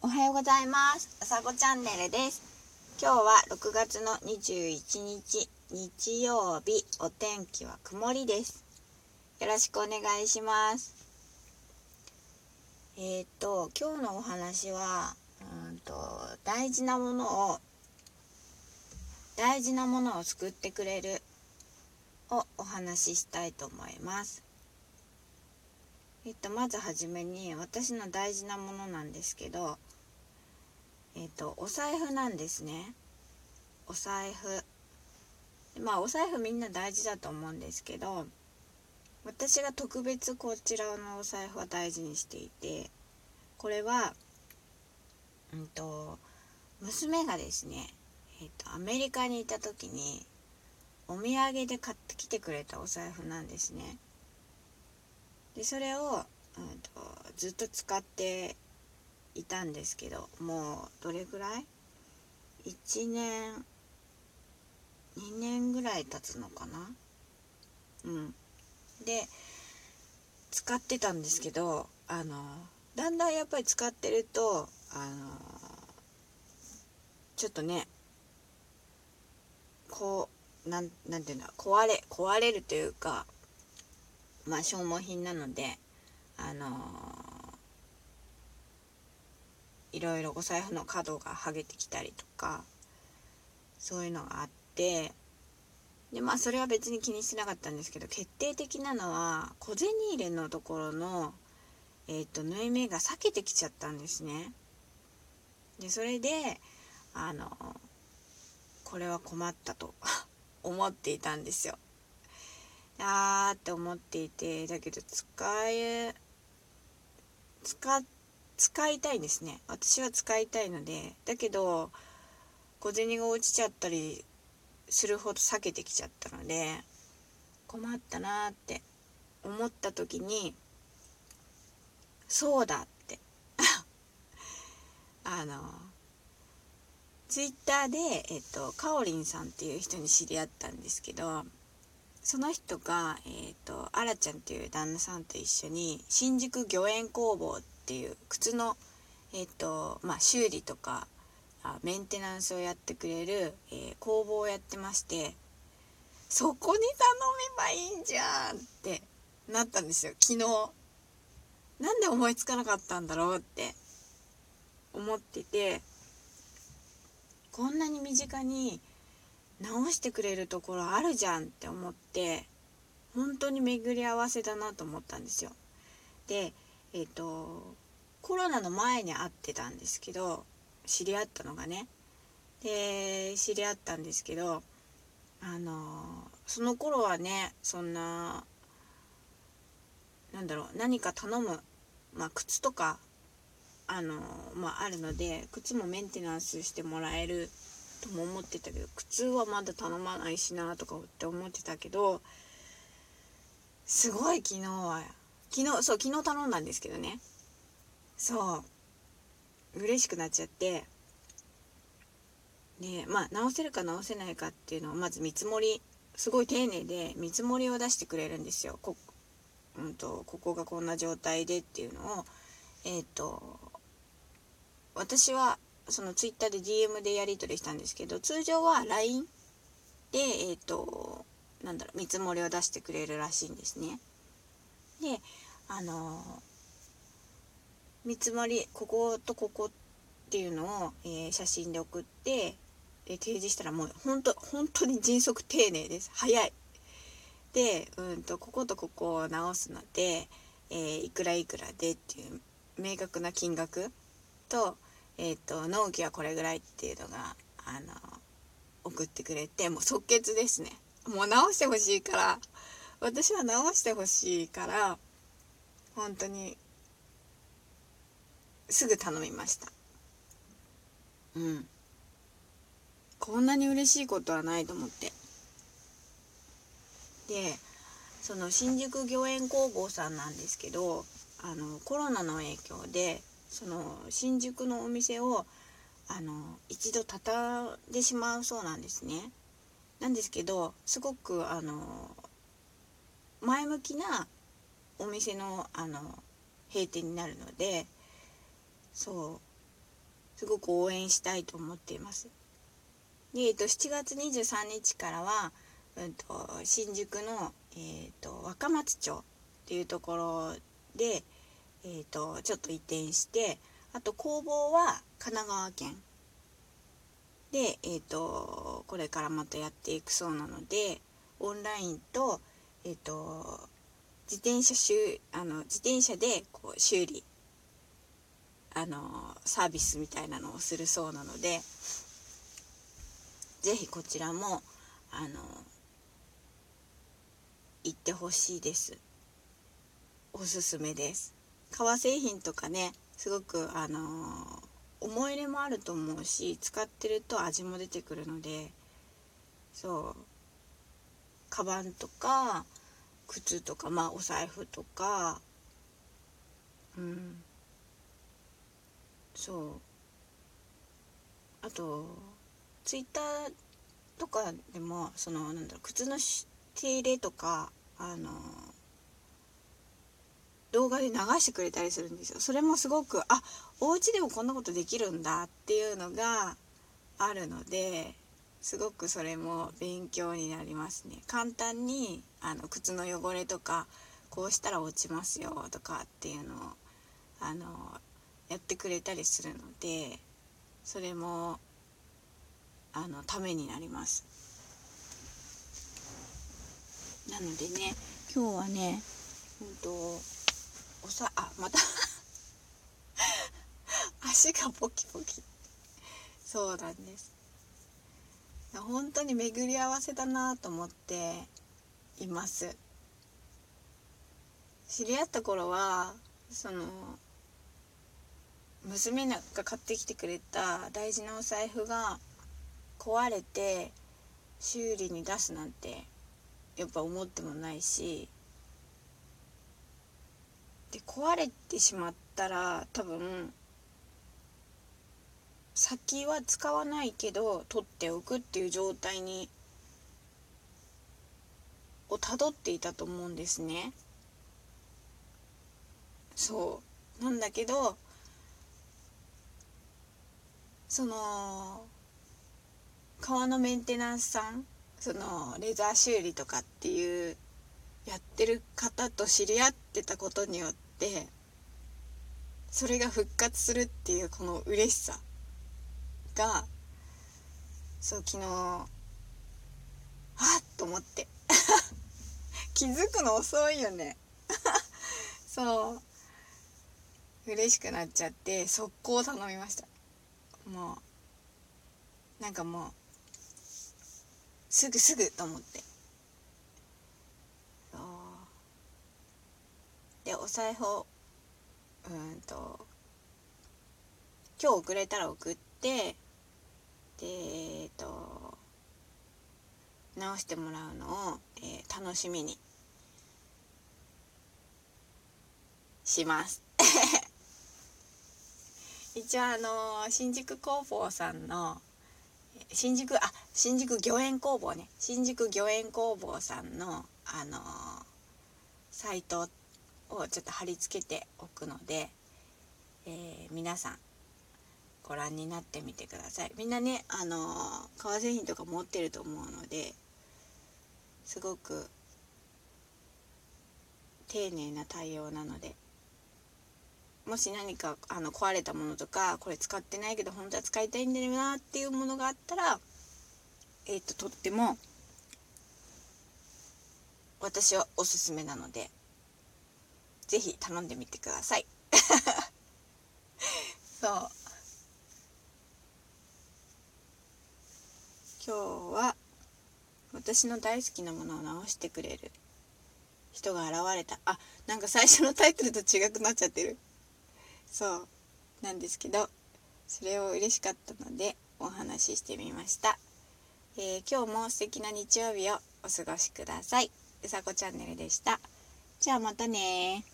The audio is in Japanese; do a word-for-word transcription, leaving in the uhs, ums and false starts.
おはようございます。あさごチャンネルです。今日はろくがつのにじゅういちにち日曜日、お天気は曇りです。よろしくお願いします。えっと今日のお話はうんと大事なものを大事なものを救ってくれるをお話ししたいと思います。えっとまずはじめに私の大事なものなんですけど、えっとお財布なんですね。お財布、まあお財布みんな大事だと思うんですけど、私が特別こちらのお財布は大事にしていて、これはうんと娘がですね、えっとアメリカにいた時にお土産で買ってきてくれたお財布なんですね。でそれを、うん、とずっと使っていたんですけど、もうどれぐらいいちねんにねんぐらい経つのかな。うんで使ってたんですけど、あのだんだんやっぱり使ってるとあのちょっとね、こうなんなんていうの、壊れ壊れるというか、まあ消耗品なので、あのいろいろお財布の角が剥げてきたりとか、そういうのがあって、でまあそれは別に気にしなかったんですけど、決定的なのは小銭入れのところの、えー、と縫い目が裂けてきちゃったんですね。でそれであのこれは困ったと思っていたんですよ。あーって思っていて、だけど使え使使いたいんですね。私は使いたいので、だけど小銭が落ちちゃったりするほど避けてきちゃったので困ったなーって思った時に、そうだってあのツイッターで、えっと、かおりんさんっていう人に知り合ったんですけど、その人が、えっと、あらちゃんっていう旦那さんと一緒に新宿御苑工房っていう靴の、えっとまあ、修理とかメンテナンスをやってくれる、えー、工房をやってまして、そこに頼めばいいんじゃんってなったんですよ、昨日。なんで思いつかなかったんだろうって思ってて、こんなに身近に直してくれるところあるじゃんって思って、本当に巡り合わせだなと思ったんですよ。でえっとコロナの前に会ってたんですけど、知り合ったのがね、で知り合ったんですけど、あのその頃はね、そんななんだろう、何か頼む、まあ靴とかあのまああるので、靴もメンテナンスしてもらえるとも思ってたけど、靴はまだ頼まないしなとかって思ってたけど、すごい昨日は昨日そう昨日頼んだんですけどね、そう嬉しくなっちゃって、でまあ直せるか直せないかっていうのをまず見積もり、すごい丁寧で見積もりを出してくれるんですよ。こ,、うんと、ここがこんな状態でっていうのを、えっと私はそのツイッターで ディーエム でやり取りしたんですけど、通常は ライン でえっとなんだろう、見積もりを出してくれるらしいんですね。であの見積もり、こことここっていうのを、えー写真で送って、で提示したら、もう本当本当に迅速丁寧です。早い。でうんとこことここを直すので、えーいくらいくらでっていう明確な金額と、えっと納期はこれぐらいっていうのがあの送ってくれて、もう即決ですね。もう直してほしいから、私は直してほしいから本当にすぐ頼みました。うん、こんなに嬉しいことはないと思って。でその新宿御苑工房さんなんですけど、あのコロナの影響でその新宿のお店をあの一度畳んでしまうそうなんですね。なんですけど、すごくあの前向きなお店のあの閉店になるので、そうすごく応援したいと思っています。で、えっと、しちがつにじゅうさんにちからは、うんと、新宿の、えっと、若松町っていうところで、えっと、ちょっと移転して、あと工房は神奈川県で、えっと、これからまたやっていくそうなので、オンラインと、えっと、自転車修あの自転車でこう修理あのサービスみたいなのをするそうなので、ぜひこちらもあの行ってほしいです。おすすめです。革製品とかね、すごくあの思い入れもあると思うし、使ってると味も出てくるので、そうカバンとか靴とか、まあお財布とか、うんそうあとツイッターとかでもそのなんだろう靴の手入れとかあの動画で流してくれたりするんですよ。それもすごくあお家でもこんなことできるんだっていうのがあるので、すごくそれも勉強になりますね。簡単にあの靴の汚れとかこうしたら落ちますよとかっていうのをあのやってくれたりするので、それもあのためになります。なのでね、今日はね、うんとおさあまた足がポキポキ。そうなんです。本当に巡り合わせだなと思っています。知り合った頃はその娘が買ってきてくれた大事なお財布が壊れて修理に出すなんてやっぱ思ってもないし、で壊れてしまったら多分先は使わないけど取っておくっていう状態にをたどっていたと思うんですね。そうなんだけど、その革のメンテナンスさん、そのレザー修理とかっていうやってる方と知り合ってたことによって、それが復活するっていうこの嬉しさが、そう昨日はっと思って気づくの遅いよねそう嬉しくなっちゃって速攻頼みました。もうなんかもうすぐすぐと思って、そうでお財布をうんと今日送れたら送って、でえっと直してもらうのを、えー、楽しみにします一応あのー、新宿工房さんの新宿あ新宿御苑工房ね新宿御苑工房さんのあのー、サイトをちょっと貼り付けておくので、えー、皆さんご覧になってみてください。みんなねあのー、革製品とか持ってると思うので、すごく丁寧な対応なので、もし何かあの壊れたものとかこれ使ってないけど本当は使いたいんだよなっていうものがあったら、えっととっても私はおすすめなので、ぜひ頼んでみてくださいそう今日は私の大好きなものを直してくれる人が現れた。あ、なんか最初のタイトルと違くなっちゃってる。そうなんですけど、それを嬉しかったのでお話ししてみました。えー、今日も素敵な日曜日をお過ごしください。うさこチャンネルでした。じゃあまたね。